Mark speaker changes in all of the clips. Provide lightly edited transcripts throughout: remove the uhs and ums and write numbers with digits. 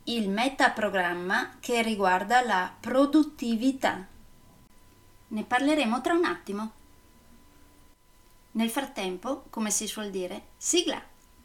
Speaker 1: il metaprogramma che riguarda la produttività. Ne parleremo tra un attimo. Nel frattempo, come si suol dire, sigla!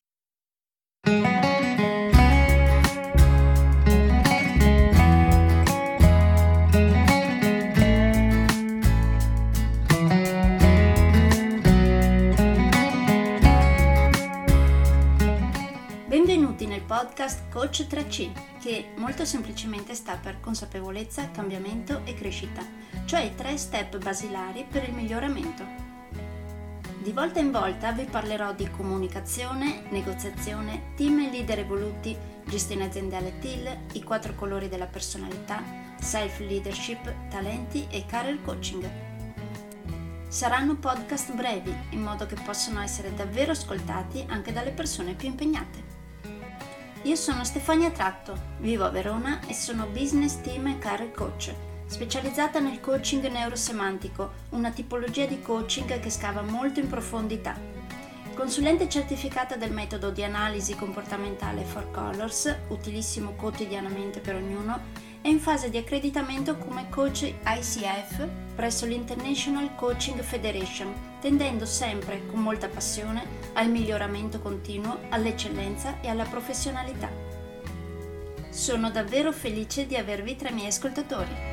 Speaker 1: Benvenuti nel podcast Coach 3C, che molto semplicemente sta per consapevolezza, cambiamento e crescita, cioè i 3 step basilari per il miglioramento. Di volta in volta vi parlerò di comunicazione, negoziazione, team e leader evoluti, gestione aziendale TIL, i 4 colori della personalità, self-leadership, talenti e career coaching. Saranno podcast brevi, in modo che possano essere davvero ascoltati anche dalle persone più impegnate. Io sono Stefania Tratto, vivo a Verona e sono business team e career coach, specializzata nel coaching neurosemantico, una tipologia di coaching che scava molto in profondità. Consulente certificata del metodo di analisi comportamentale 4Colors, utilissimo quotidianamente per ognuno, e in fase di accreditamento come coach ICF presso l'International Coaching Federation, tendendo sempre con molta passione al miglioramento continuo, all'eccellenza e alla professionalità. Sono davvero felice di avervi tra i miei ascoltatori.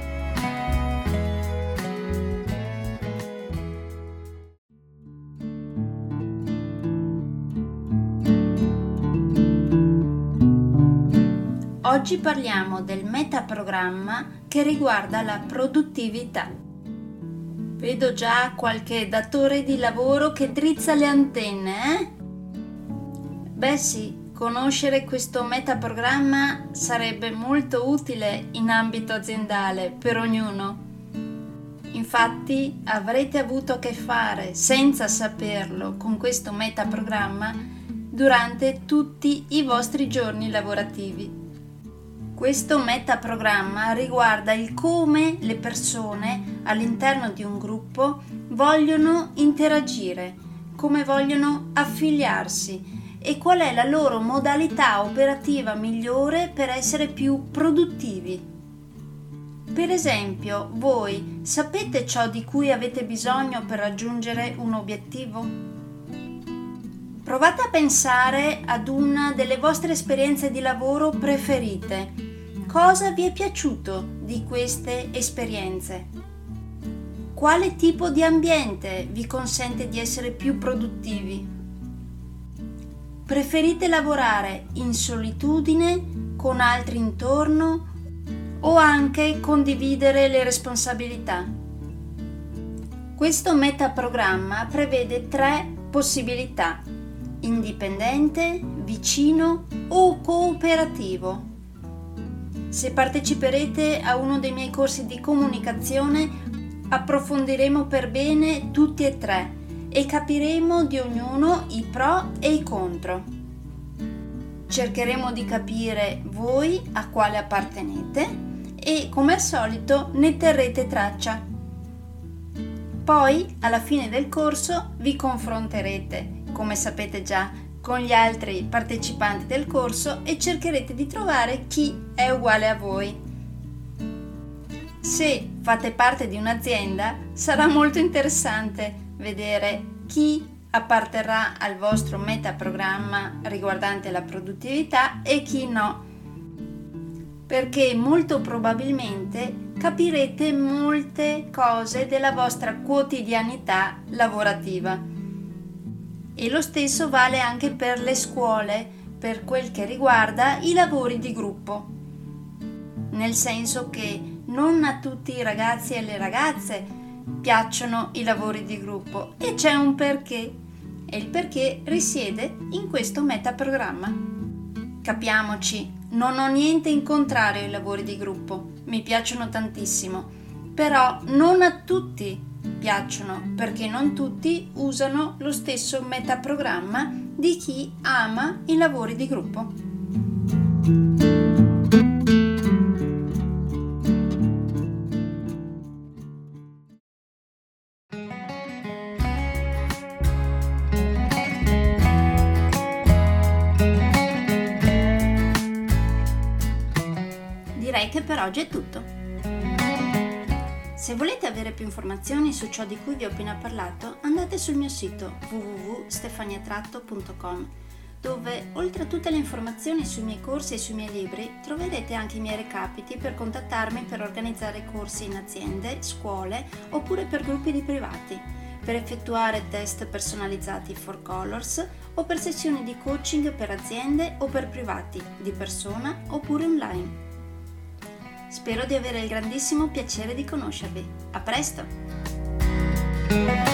Speaker 1: Oggi parliamo del metaprogramma che riguarda la produttività. Vedo già qualche datore di lavoro che drizza le antenne, eh? Beh sì, conoscere questo metaprogramma sarebbe molto utile in ambito aziendale per ognuno. Infatti avrete avuto a che fare, senza saperlo, con questo metaprogramma durante tutti i vostri giorni lavorativi. Questo metaprogramma riguarda il come le persone all'interno di un gruppo vogliono interagire, come vogliono affiliarsi e qual è la loro modalità operativa migliore per essere più produttivi. Per esempio, voi sapete ciò di cui avete bisogno per raggiungere un obiettivo? Provate a pensare ad una delle vostre esperienze di lavoro preferite. Cosa vi è piaciuto di queste esperienze? Quale tipo di ambiente vi consente di essere più produttivi? Preferite lavorare in solitudine, con altri intorno o anche condividere le responsabilità? Questo metaprogramma prevede 3 possibilità: indipendente, vicino o cooperativo. Se parteciperete a uno dei miei corsi di comunicazione, approfondiremo per bene tutti e 3 e capiremo di ognuno i pro e i contro. Cercheremo di capire voi a quale appartenete e, come al solito, ne terrete traccia. Poi, alla fine del corso, vi confronterete, come sapete già, con gli altri partecipanti del corso e cercherete di trovare chi è uguale a voi. Se fate parte di un'azienda, sarà molto interessante vedere chi apparterrà al vostro metaprogramma riguardante la produttività e chi no, perché molto probabilmente capirete molte cose della vostra quotidianità lavorativa. E lo stesso vale anche per le scuole, per quel che riguarda i lavori di gruppo. Nel senso che non a tutti i ragazzi e le ragazze piacciono i lavori di gruppo e c'è un perché. E il perché risiede in questo metaprogramma. Capiamoci, non ho niente in contrario ai lavori di gruppo, mi piacciono tantissimo, però non a tutti piacciono perché non tutti usano lo stesso metaprogramma di chi ama i lavori di gruppo. Direi che per oggi è tutto. Se volete avere più informazioni su ciò di cui vi ho appena parlato, andate sul mio sito www.stefaniatratto.com, dove oltre a tutte le informazioni sui miei corsi e sui miei libri troverete anche i miei recapiti per contattarmi per organizzare corsi in aziende, scuole oppure per gruppi di privati, per effettuare test personalizzati 4Colors o per sessioni di coaching per aziende o per privati, di persona oppure online. Spero di avere il grandissimo piacere di conoscervi. A presto!